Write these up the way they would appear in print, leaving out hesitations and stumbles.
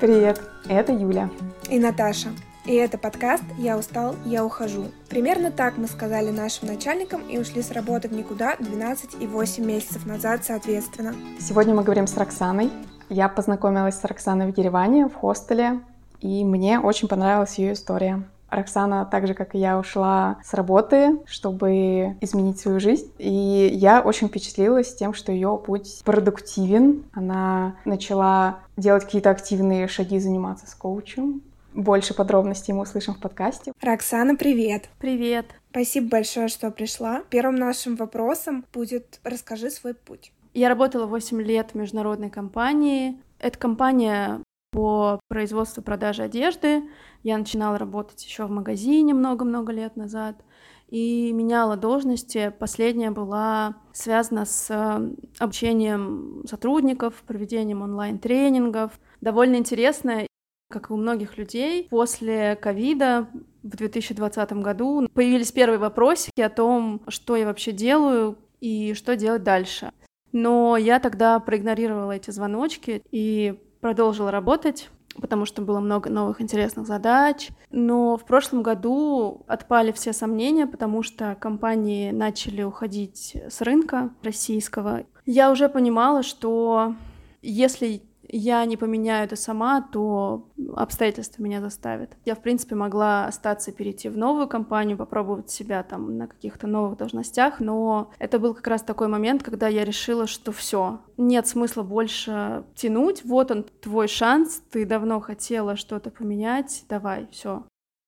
Привет, это Юля. И Наташа. И это подкаст «Я устал, я ухожу». Примерно так мы сказали нашим начальникам и ушли с работы в никуда 12 и 8 месяцев назад соответственно. Сегодня мы говорим с Роксаной. Я познакомилась с Роксаной в Ереване, в хостеле, и мне очень понравилась ее история. Роксана, так же, как и я, ушла с работы, чтобы изменить свою жизнь. И я очень впечатлилась тем, что ее путь продуктивен. Она начала делать какие-то активные шаги, заниматься с коучем. Больше подробностей мы услышим в подкасте. Роксана, привет! Привет! Спасибо большое, что пришла. Первым нашим вопросом будет «Расскажи свой путь». Я работала 8 лет в международной компании. Это компания по производству и продаже одежды. Я начинала работать еще в магазине много-много лет назад и меняла должности. Последняя была связана с обучением сотрудников, проведением онлайн-тренингов. Довольно интересная. Как и у многих людей, после ковида в 2020 году появились первые вопросики о том, что я вообще делаю и что делать дальше. Но я тогда проигнорировала эти звоночки и продолжила работать, потому что было много новых интересных задач. Но в прошлом году отпали все сомнения, потому что компании начали уходить с рынка российского. Я уже понимала, что если я не поменяю это сама, то обстоятельства меня заставят. Я, в принципе, могла остаться и перейти в новую компанию, попробовать себя там на каких-то новых должностях, но это был как раз такой момент, когда я решила, что все, нет смысла больше тянуть, вот он твой шанс, ты давно хотела что-то поменять, давай, все.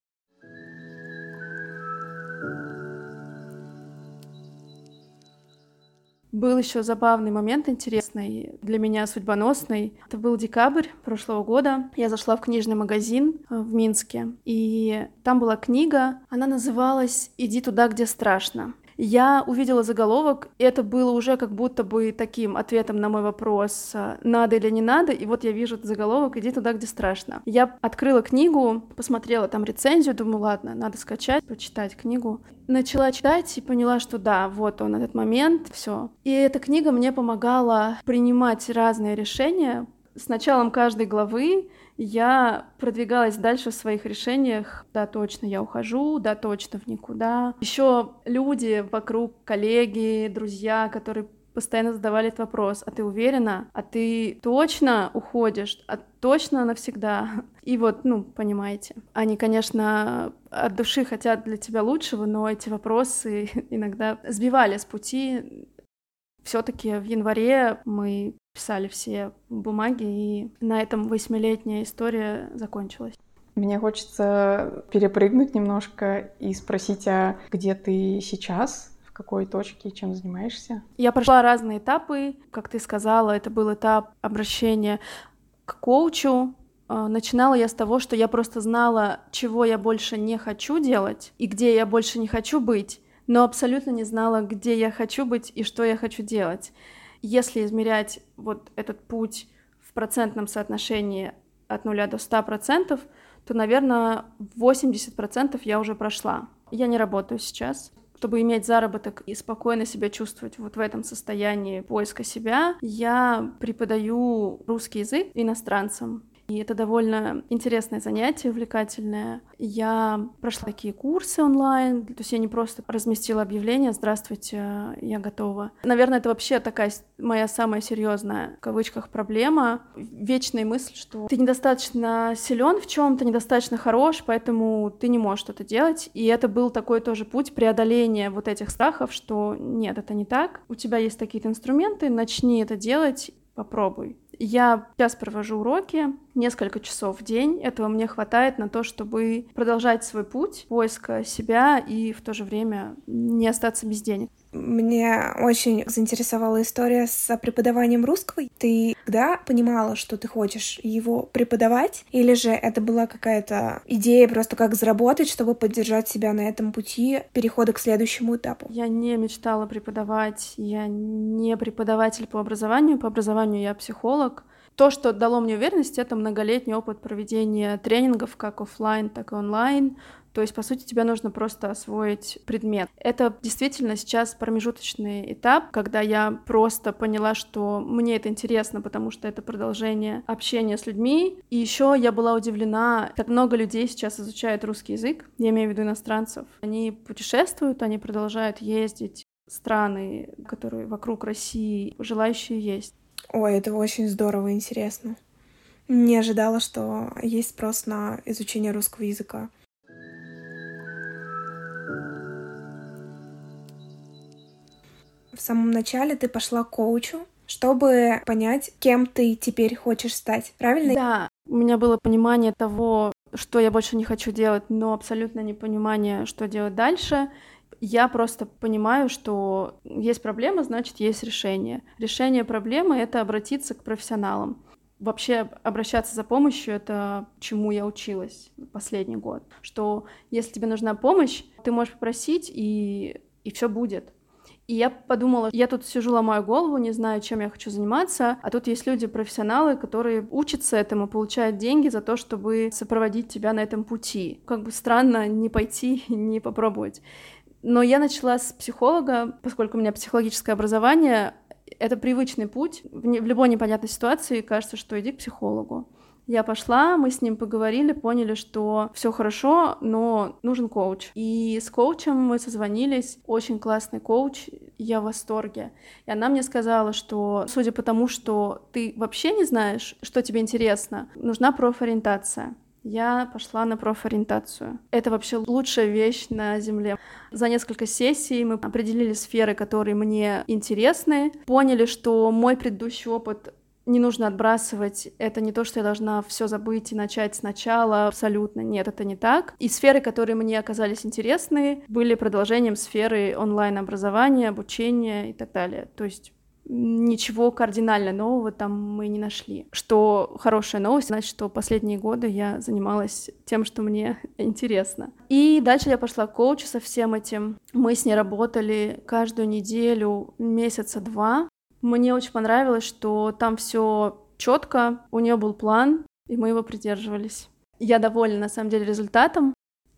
Был еще забавный момент, интересный, для меня судьбоносный. Это был декабрь прошлого года. Я зашла в книжный магазин в Минске, и там была книга, она называлась «Иди туда, где страшно». Я увидела заголовок, и это было уже как будто бы таким ответом на мой вопрос, надо или не надо, и вот я вижу этот заголовок «Иди туда, где страшно». Я открыла книгу, посмотрела там рецензию, думаю, ладно, надо скачать, прочитать книгу. Начала читать и поняла, что да, вот он, этот момент, все. И эта книга мне помогала принимать разные решения. С началом каждой главы я продвигалась дальше в своих решениях. Да, точно, я ухожу, да, точно, в никуда. Еще люди вокруг, коллеги, друзья, которые постоянно задавали этот вопрос: а ты уверена? А ты точно уходишь? А точно навсегда? И вот, понимаете. Они, конечно, от души хотят для тебя лучшего, но эти вопросы иногда сбивали с пути. Все-таки в январе мы писали все бумаги, и на этом 8-летняя история закончилась. Мне хочется перепрыгнуть немножко и спросить, а где ты сейчас? В какой точке и чем занимаешься? Я прошла разные этапы. Как ты сказала, это был этап обращения к коучу. Начинала я с того, что я просто знала, чего я больше не хочу делать и где я больше не хочу быть, но абсолютно не знала, где я хочу быть и что я хочу делать. Если измерять вот этот путь в процентном соотношении от 0 до 100%, то, наверное, 80% я уже прошла. Я не работаю сейчас. Чтобы иметь заработок и спокойно себя чувствовать вот в этом состоянии поиска себя, я преподаю русский язык иностранцам. И это довольно интересное занятие, увлекательное. Я прошла такие курсы онлайн, то есть я не просто разместила объявление «Здравствуйте, я готова». Наверное, это вообще такая моя самая серьезная, в кавычках, проблема. Вечная мысль, что ты недостаточно силен в чем-то, недостаточно хорош, поэтому ты не можешь что-то делать. И это был такой тоже путь преодоления вот этих страхов, что нет, это не так. У тебя есть такие-то инструменты, начни это делать, попробуй. Я сейчас провожу уроки, несколько часов в день. Этого мне хватает на то, чтобы продолжать свой путь поиска себя и в то же время не остаться без денег. Меня очень заинтересовала история с преподаванием русского. Ты когда понимала, что ты хочешь его преподавать? Или же это была какая-то идея просто как заработать, чтобы поддержать себя на этом пути перехода к следующему этапу? Я не мечтала преподавать. Я не преподаватель по образованию. По образованию я психолог. То, что дало мне уверенность, это многолетний опыт проведения тренингов как офлайн, так и онлайн. То есть, по сути, тебе нужно просто освоить предмет. Это действительно сейчас промежуточный этап, когда я просто поняла, что мне это интересно, потому что это продолжение общения с людьми. И еще я была удивлена, как много людей сейчас изучают русский язык, я имею в виду иностранцев. Они путешествуют, они продолжают ездить в страны, которые вокруг России, желающие есть. Ой, это очень здорово и интересно. Не ожидала, что есть спрос на изучение русского языка. В самом начале ты пошла к коучу, чтобы понять, кем ты теперь хочешь стать, правильно? Да, у меня было понимание того, что я больше не хочу делать, но абсолютно непонимание, что делать дальше. Я просто понимаю, что есть проблема, значит, есть решение. Решение проблемы — это обратиться к профессионалам. Вообще обращаться за помощью — это чему я училась последний год. Что если тебе нужна помощь, ты можешь попросить, и все будет. И я подумала, я тут сижу, ломаю голову, не знаю, чем я хочу заниматься, а тут есть люди-профессионалы, которые учатся этому, получают деньги за то, чтобы сопроводить тебя на этом пути. Как бы странно не пойти, не попробовать. Но я начала с психолога, поскольку у меня психологическое образование, это привычный путь. В любой непонятной ситуации кажется, что иди к психологу. Я пошла, мы с ним поговорили, поняли, что все хорошо, но нужен коуч. И с коучем мы созвонились, очень классный коуч, я в восторге. И она мне сказала, что, судя по тому, что ты вообще не знаешь, что тебе интересно, нужна профориентация. Я пошла на профориентацию. Это вообще лучшая вещь на Земле. За несколько сессий мы определили сферы, которые мне интересны, поняли, что мой предыдущий опыт не нужно отбрасывать, это не то, что я должна все забыть и начать сначала, абсолютно нет, это не так. И сферы, которые мне оказались интересны, были продолжением сферы онлайн-образования, обучения и так далее. То есть ничего кардинально нового там мы не нашли. Что хорошая новость, значит, что последние годы я занималась тем, что мне интересно. И дальше я пошла к коучу со всем этим. Мы с ней работали каждую неделю, месяца 2. Мне очень понравилось, что там все четко, у нее был план, и мы его придерживались. Я довольна, на самом деле, результатом.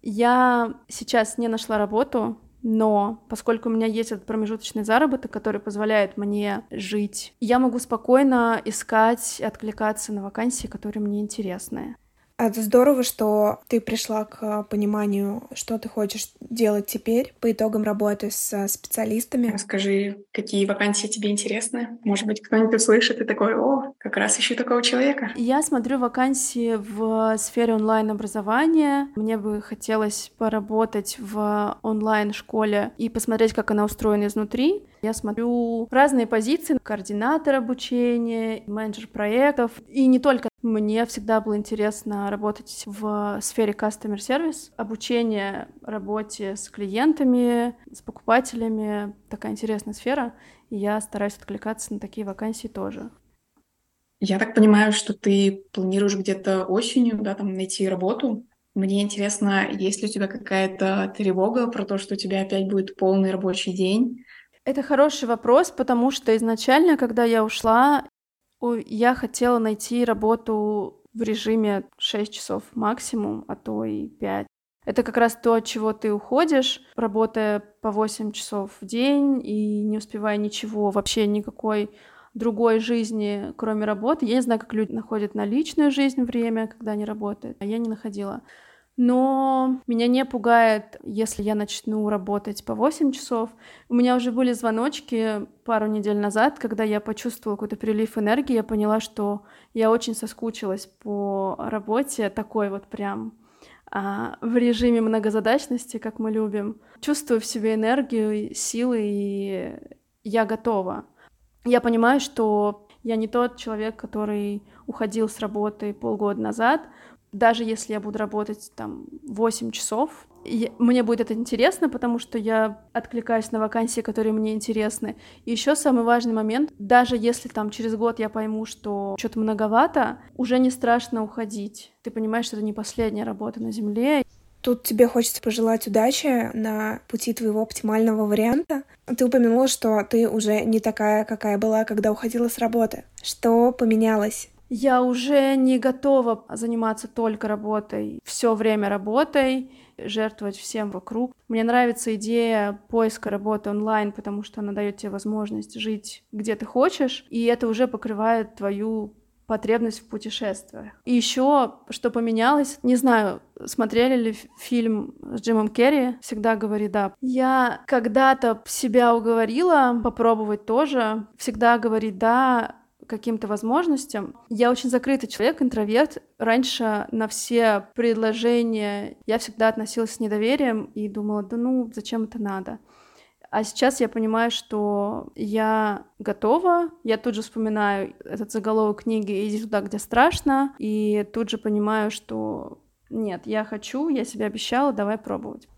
Я сейчас не нашла работу, но поскольку у меня есть этот промежуточный заработок, который позволяет мне жить, я могу спокойно искать, откликаться на вакансии, которые мне интересны. Это здорово, что ты пришла к пониманию, что ты хочешь делать теперь по итогам работы с специалистами. Расскажи, какие вакансии тебе интересны? Может быть, кто-нибудь услышит и такой: о, как раз ищу такого человека. Я смотрю вакансии в сфере онлайн-образования. Мне бы хотелось поработать в онлайн-школе и посмотреть, как она устроена изнутри. Я смотрю разные позиции: координатор обучения, менеджер проектов. И не только. Мне всегда было интересно работать в сфере customer service, обучение работе с клиентами, с покупателями. Такая интересная сфера, и я стараюсь откликаться на такие вакансии тоже. Я так понимаю, что ты планируешь где-то осенью, да, там найти работу. Мне интересно, есть ли у тебя какая-то тревога про то, что у тебя опять будет полный рабочий день? Это хороший вопрос, потому что изначально, когда я ушла, я хотела найти работу в режиме 6 часов максимум, а то и 5. Это как раз то, от чего ты уходишь, работая по 8 часов в день и не успевая ничего, вообще никакой другой жизни, кроме работы. Я не знаю, как люди находят на личную жизнь время, когда они работают, а я не находила. Но меня не пугает, если я начну работать по 8 часов. У меня уже были звоночки пару недель назад, когда я почувствовала какой-то прилив энергии, я поняла, что я очень соскучилась по работе, такой вот прям в режиме многозадачности, как мы любим. Чувствую в себе энергию, силы, и я готова. Я понимаю, что я не тот человек, который уходил с работы полгода назад. Даже если я буду работать там 8 часов, мне будет это интересно, потому что я откликаюсь на вакансии, которые мне интересны. И еще самый важный момент: даже если там через год я пойму, что что-то многовато, уже не страшно уходить. Ты понимаешь, что это не последняя работа на Земле. Тут тебе хочется пожелать удачи на пути твоего оптимального варианта. Ты упомянула, что ты уже не такая, какая была, когда уходила с работы. Что поменялось? Я уже не готова заниматься только работой, все время работой, жертвовать всем вокруг. Мне нравится идея поиска работы онлайн, потому что она дает тебе возможность жить где ты хочешь, и это уже покрывает твою потребность в путешествиях. И еще, что поменялось, не знаю, смотрели ли фильм с Джимом Керри «Всегда говори да». Я когда-то себя уговорила попробовать тоже, всегда говорить да каким-то возможностям. Я очень закрытый человек, интроверт. Раньше на все предложения я всегда относилась с недоверием и думала, да ну, зачем это надо? А сейчас я понимаю, что я готова. Я тут же вспоминаю этот заголовок книги «Иди туда, где страшно», и тут же понимаю, что нет, я хочу, я себе обещала, давай пробовать.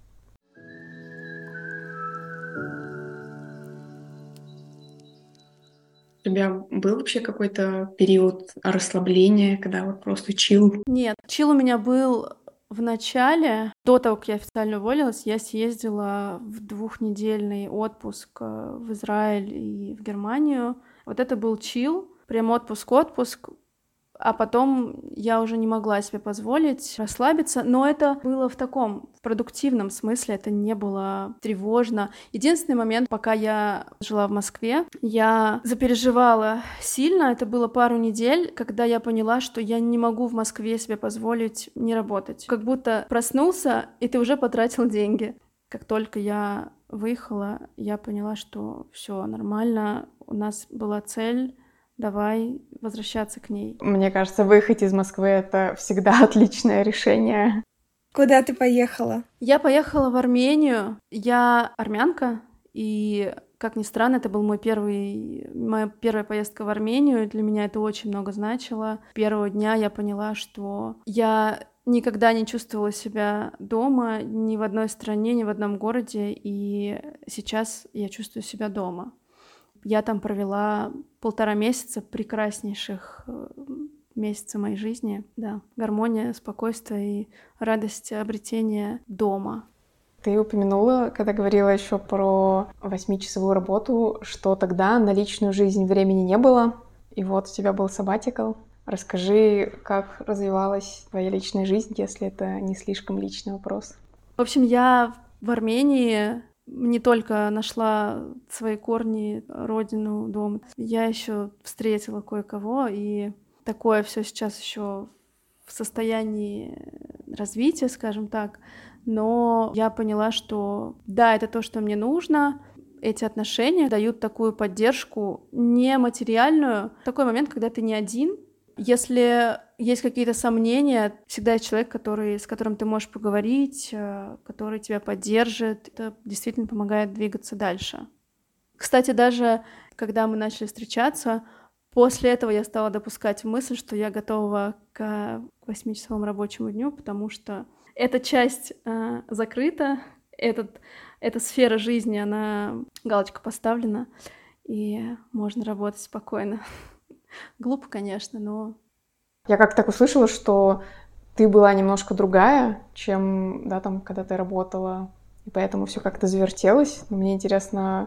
У тебя был вообще какой-то период расслабления, когда вот просто чил? Нет, чил у меня был в начале. До того, как я официально уволилась, я съездила в 2-недельный отпуск в Израиль и в Германию. Вот это был чил, прям отпуск. А потом я уже не могла себе позволить расслабиться, но это было в продуктивном смысле, это не было тревожно. Единственный момент, пока я жила в Москве, я запереживала сильно, это было пару недель, когда я поняла, что я не могу в Москве себе позволить не работать. Как будто проснулся, и ты уже потратил деньги. Как только я выехала, я поняла, что все нормально, у нас была цель, давай возвращаться к ней. Мне кажется, выехать из Москвы — это всегда отличное решение. Куда ты поехала? Я поехала в Армению. Я армянка, и, как ни странно, это был моя первая поездка в Армению. Для меня это очень много значило. С первого дня я поняла, что я никогда не чувствовала себя дома ни в одной стране, ни в одном городе, и сейчас я чувствую себя дома. Я там провела 1,5 месяца, прекраснейших месяца моей жизни. Да, гармония, спокойствие и радость обретения дома. Ты упомянула, когда говорила еще про 8-часовую работу, что тогда на личную жизнь времени не было, и вот у тебя был sabbatical. Расскажи, как развивалась твоя личная жизнь, если это не слишком личный вопрос. В общем, я в Армении не только нашла свои корни, родину, дом, я еще встретила кое-кого, и такое все сейчас еще в состоянии развития, скажем так, но я поняла, что да, это то, что мне нужно. Эти отношения дают такую поддержку нематериальную. Такой момент, когда ты не один. Если есть какие-то сомнения, всегда есть человек, с которым ты можешь поговорить, который тебя поддержит. Это действительно помогает двигаться дальше. Кстати, даже когда мы начали встречаться, после этого я стала допускать мысль, что я готова к 8-часовому рабочему дню, потому что эта часть закрыта, эта сфера жизни, галочка поставлена, и можно работать спокойно. Глупо, конечно, но... Я как-то так услышала, что ты была немножко другая, чем, да, там, когда ты работала, и поэтому все как-то завертелось. Но мне интересно,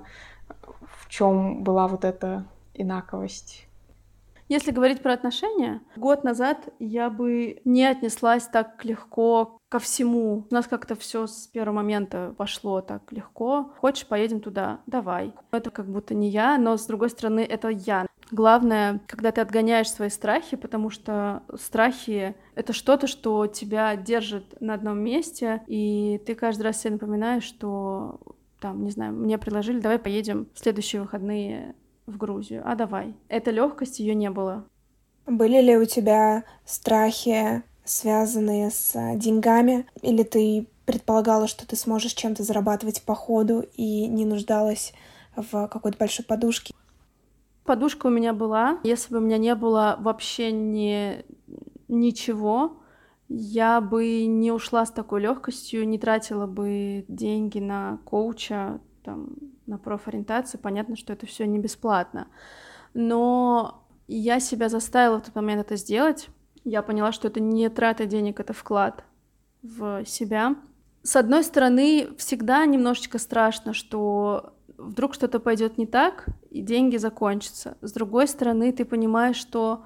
в чем была вот эта инаковость. Если говорить про отношения, год назад я бы не отнеслась так легко ко всему. У нас как-то все с первого момента пошло так легко. Хочешь, поедем туда? Давай. Это как будто не я, но, с другой стороны, это я. Главное, когда ты отгоняешь свои страхи, потому что страхи — это что-то, что тебя держит на одном месте, и ты каждый раз себе напоминаешь, что, там, не знаю, мне предложили, давай поедем в следующие выходные в Грузию. А давай. Эта легкость, ее не было. Были ли у тебя страхи, связанные с деньгами, или ты предполагала, что ты сможешь чем-то зарабатывать по ходу и не нуждалась в какой-то большой подушке? Подушка у меня была. Если бы у меня не было вообще ничего, я бы не ушла с такой легкостью, не тратила бы деньги на коуча, там, на профориентацию. Понятно, что это все не бесплатно. Но я себя заставила в тот момент это сделать. Я поняла, что это не трата денег, это вклад в себя. С одной стороны, всегда немножечко страшно, что вдруг что-то пойдет не так, и деньги закончатся. С другой стороны, ты понимаешь, что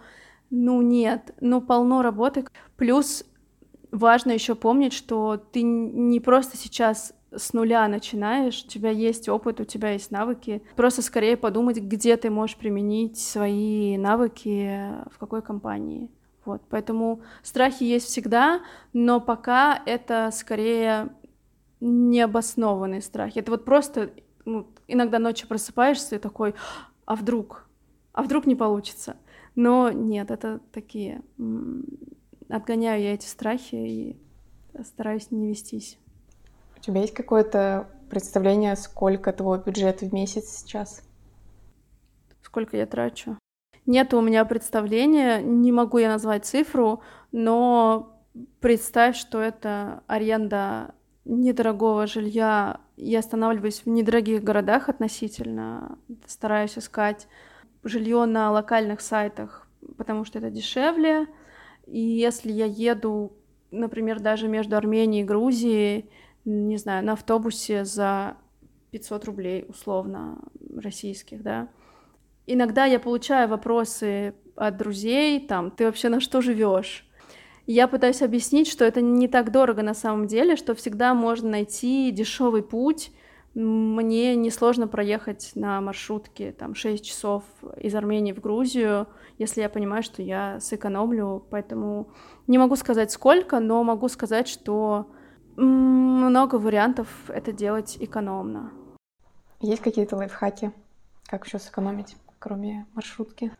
Ну нет, ну полно работы. Плюс важно еще помнить, что ты не просто сейчас с нуля начинаешь, у тебя есть опыт, у тебя есть навыки. Просто скорее подумать, где ты можешь применить свои навыки, в какой компании. Вот, поэтому страхи есть всегда, но пока это скорее необоснованные страхи. Это вот просто иногда ночью просыпаешься и такой, а вдруг? А вдруг не получится? Но нет, это такие... Отгоняю я эти страхи и стараюсь не вестись. У тебя есть какое-то представление, сколько твой бюджет в месяц сейчас? Сколько я трачу? Нет у меня представления, не могу я назвать цифру, но представь, что это аренда недорогого жилья. Я останавливаюсь в недорогих городах относительно, стараюсь искать жилье на локальных сайтах, потому что это дешевле. И если я еду, например, даже между Арменией и Грузией, не знаю, на автобусе за 500 рублей, условно, российских, да, иногда я получаю вопросы от друзей, там, ты вообще на что живешь? Я пытаюсь объяснить, что это не так дорого на самом деле, что всегда можно найти дешевый путь. Мне несложно проехать на маршрутке там 6 часов из Армении в Грузию, если я понимаю, что я сэкономлю. Поэтому не могу сказать сколько, но могу сказать, что много вариантов это делать экономно. Есть какие-то лайфхаки, как еще сэкономить, кроме маршрутки?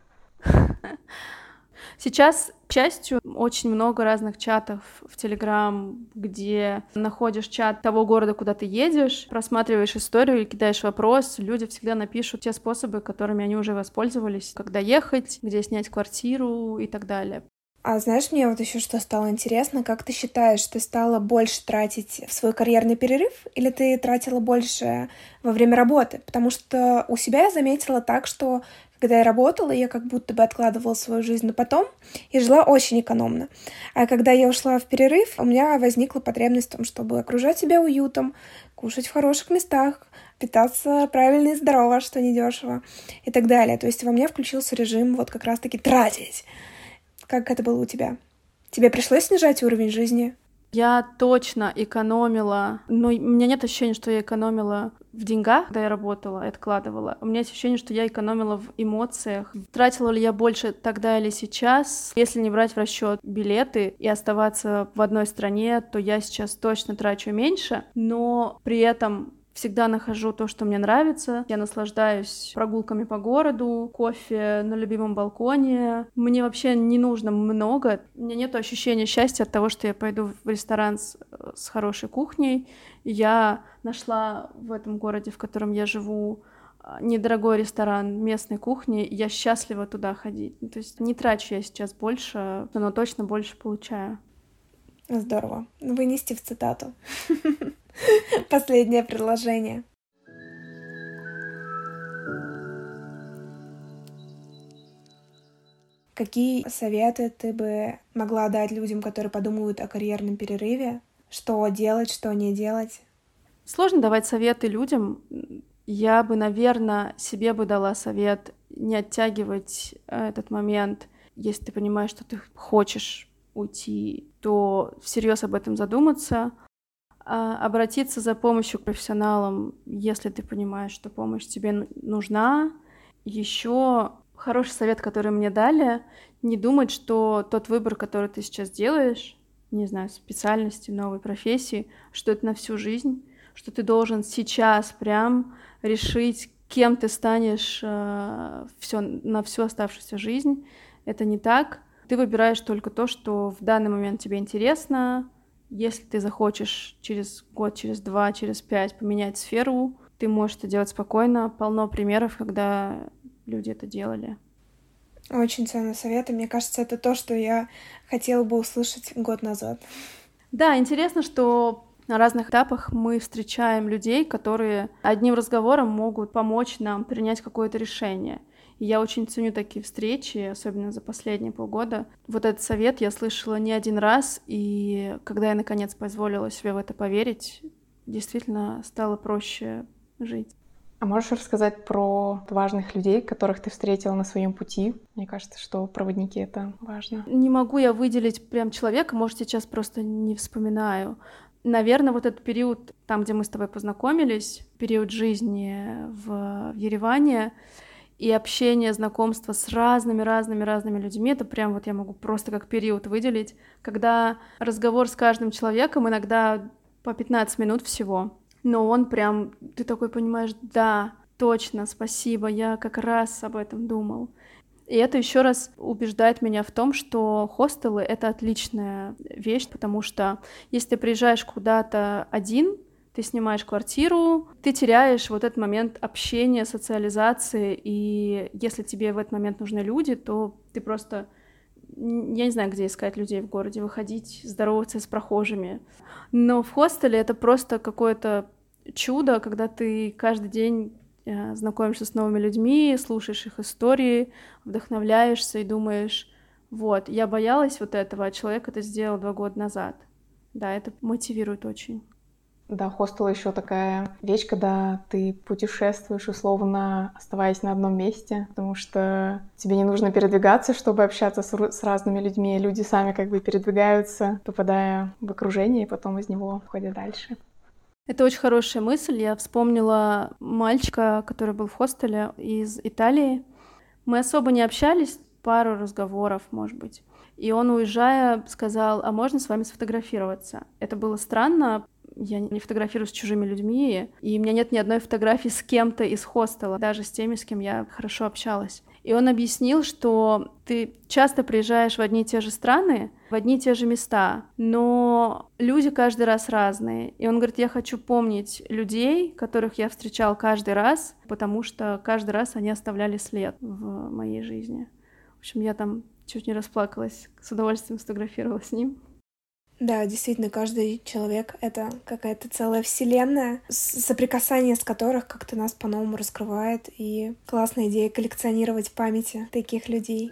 Сейчас, к счастью, очень много разных чатов в Телеграм, где находишь чат того города, куда ты едешь, просматриваешь историю и кидаешь вопрос, люди всегда напишут те способы, которыми они уже воспользовались, когда ехать, где снять квартиру и так далее. А знаешь, мне вот еще что стало интересно, как ты считаешь, ты стала больше тратить в свой карьерный перерыв или ты тратила больше во время работы? Потому что у себя я заметила так, что когда я работала, я как будто бы откладывала свою жизнь на потом и жила очень экономно. А когда я ушла в перерыв, у меня возникла потребность в том, чтобы окружать себя уютом, кушать в хороших местах, питаться правильно и здорово, что недешево и так далее. То есть во мне включился режим вот как раз-таки тратить. Как это было у тебя? Тебе пришлось снижать уровень жизни? Я точно экономила, но у меня нет ощущения, что я экономила в деньгах, когда я работала и откладывала. У меня есть ощущение, что я экономила в эмоциях. Тратила ли я больше тогда или сейчас? Если не брать в расчет билеты и оставаться в одной стране, то я сейчас точно трачу меньше, но при этом всегда нахожу то, что мне нравится. Я наслаждаюсь прогулками по городу, кофе на любимом балконе. Мне вообще не нужно много. У меня нет ощущения счастья от того, что я пойду в ресторан с хорошей кухней. Я нашла в этом городе, в котором я живу, недорогой ресторан местной кухни. Я счастлива туда ходить. То есть не трачу я сейчас больше, но точно больше получаю. Здорово. Вынести в цитату. Последнее предложение. Какие советы ты бы могла дать людям, которые подумывают о карьерном перерыве? Что делать, что не делать? Сложно давать советы людям. Я бы, наверное, себе бы дала совет не оттягивать этот момент. Если ты понимаешь, что ты хочешь уйти, то всерьез об этом задуматься. Обратиться за помощью к профессионалам, если ты понимаешь, что помощь тебе нужна. Еще хороший совет, который мне дали, не думать, что тот выбор, который ты сейчас делаешь, не знаю, специальности, новой профессии, что это на всю жизнь, что ты должен сейчас прям решить, кем ты станешь на всю оставшуюся жизнь. Это не так. Ты выбираешь только то, что в данный момент тебе интересно. Если ты захочешь через год, через 2, через 5 поменять сферу, ты можешь это делать спокойно. Полно примеров, когда люди это делали. Очень ценный совет, и мне кажется, это то, что я хотела бы услышать год назад. Да, интересно, что на разных этапах мы встречаем людей, которые одним разговором могут помочь нам принять какое-то решение. И я очень ценю такие встречи, особенно за последние полгода. Вот этот совет я слышала не один раз, и когда я, наконец, позволила себе в это поверить, действительно стало проще жить. А можешь рассказать про важных людей, которых ты встретила на своем пути? Мне кажется, что проводники — это важно. Не могу я выделить прям человека, может, сейчас просто не вспоминаю. Наверное, вот этот период, там, где мы с тобой познакомились, период жизни в Ереване, и общение, знакомство с разными людьми, это прям вот я могу просто как период выделить, когда разговор с каждым человеком иногда по 15 минут всего, но он прям, ты такой понимаешь, да, точно, спасибо, я как раз об этом думал. И это еще раз убеждает меня в том, что хостелы — это отличная вещь, потому что если ты приезжаешь куда-то один, ты снимаешь квартиру, ты теряешь вот этот момент общения, социализации, и если тебе в этот момент нужны люди, то ты просто... Я не знаю, где искать людей в городе, выходить, здороваться с прохожими. Но в хостеле это просто какое-то чудо, когда ты каждый день знакомишься с новыми людьми, слушаешь их истории, вдохновляешься и думаешь, вот, я боялась вот этого, а человек это сделал 2 года назад. Да, это мотивирует очень. Да, хостел еще такая вещь, когда ты путешествуешь, условно, оставаясь на одном месте, потому что тебе не нужно передвигаться, чтобы общаться с разными людьми. Люди сами как бы передвигаются, попадая в окружение, и потом из него ходят дальше. Это очень хорошая мысль. Я вспомнила мальчика, который был в хостеле из Италии. Мы особо не общались, пару разговоров, может быть. И он, уезжая, сказал, а можно с вами сфотографироваться? Это было странно. Я не фотографируюсь с чужими людьми, и у меня нет ни одной фотографии с кем-то из хостела, даже с теми, с кем я хорошо общалась. И он объяснил, что ты часто приезжаешь в одни и те же страны, в одни и те же места, но люди каждый раз разные. И он говорит, я хочу помнить людей, которых я встречал каждый раз, потому что каждый раз они оставляли след в моей жизни. В общем, я там чуть не расплакалась, с удовольствием сфотографировала с ним. Да, действительно, каждый человек — это какая-то целая вселенная, соприкасание с которых как-то нас по-новому раскрывает, и классная идея коллекционировать памяти таких людей.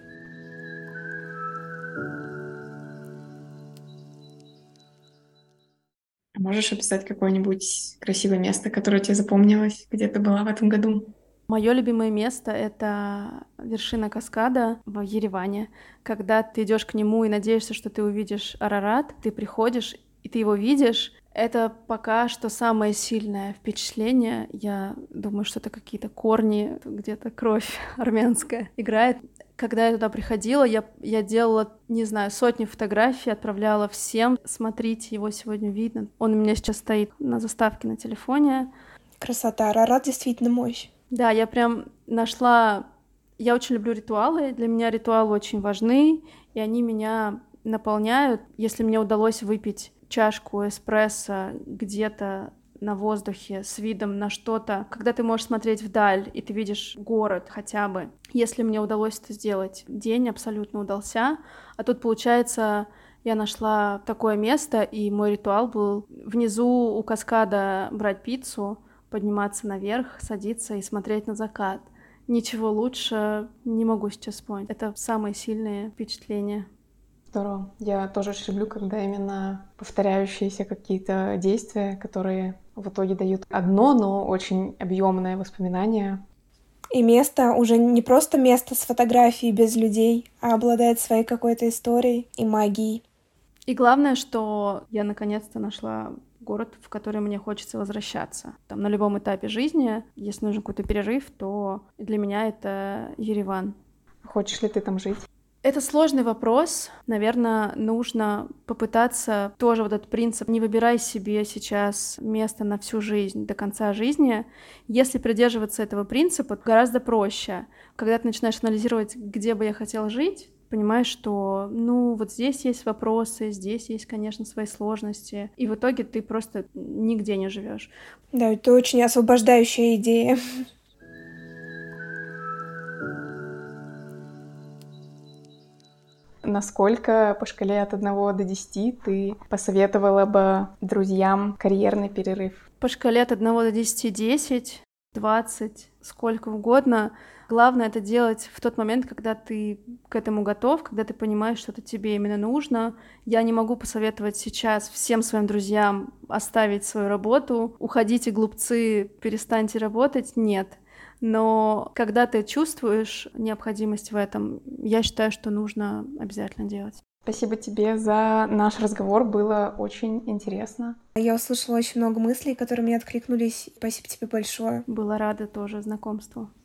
Можешь описать какое-нибудь красивое место, которое тебе запомнилось, где ты была в этом году? Мое любимое место — это вершина каскада в Ереване. Когда ты идешь к нему и надеешься, что ты увидишь Арарат, ты приходишь и ты его видишь. Это пока что самое сильное впечатление. Я думаю, что это какие-то корни, где-то кровь армянская играет. Когда я туда приходила, я делала, не знаю, сотни фотографий, отправляла всем. Смотрите, его сегодня видно. Он у меня сейчас стоит на заставке на телефоне. Красота. Арарат действительно мощь. Да, я прям нашла... Я очень люблю ритуалы, для меня ритуалы очень важны, и они меня наполняют. Если мне удалось выпить чашку эспрессо где-то на воздухе с видом на что-то, когда ты можешь смотреть вдаль, и ты видишь город хотя бы. Если мне удалось это сделать, день абсолютно удался. А тут, получается, я нашла такое место, и мой ритуал был внизу у каскада брать пиццу, подниматься наверх, садиться и смотреть на закат. Ничего лучше не могу сейчас вспомнить. Это самые сильные впечатления. Здорово. Я тоже очень люблю, когда именно повторяющиеся какие-то действия, которые в итоге дают одно, но очень объемное воспоминание. И место уже не просто место с фотографией без людей, а обладает своей какой-то историей и магией. И главное, что я наконец-то нашла город, в который мне хочется возвращаться. Там на любом этапе жизни, если нужен какой-то перерыв, то для меня это Ереван. Хочешь ли ты там жить? Это сложный вопрос. Наверное, нужно попытаться тоже вот этот принцип «не выбирай себе сейчас место на всю жизнь, до конца жизни». Если придерживаться этого принципа, гораздо проще. Когда ты начинаешь анализировать, где бы я хотел жить, понимаешь, что, вот здесь есть вопросы, здесь есть, конечно, свои сложности, и в итоге ты просто нигде не живешь. Да, это очень освобождающая идея. Насколько по шкале от 1 до 10 ты посоветовала бы друзьям карьерный перерыв? По шкале от 1 до 10 — 10, 20. сколько угодно. Главное это делать в тот момент, когда ты к этому готов, когда ты понимаешь, что это тебе именно нужно. Я не могу посоветовать сейчас всем своим друзьям оставить свою работу, уходите, глупцы, перестаньте работать. Нет. Но когда ты чувствуешь необходимость в этом, я считаю, что нужно обязательно делать. Спасибо тебе за наш разговор, было очень интересно. Я услышала очень много мыслей, которые мне откликнулись. Спасибо тебе большое. Была рада тоже знакомству.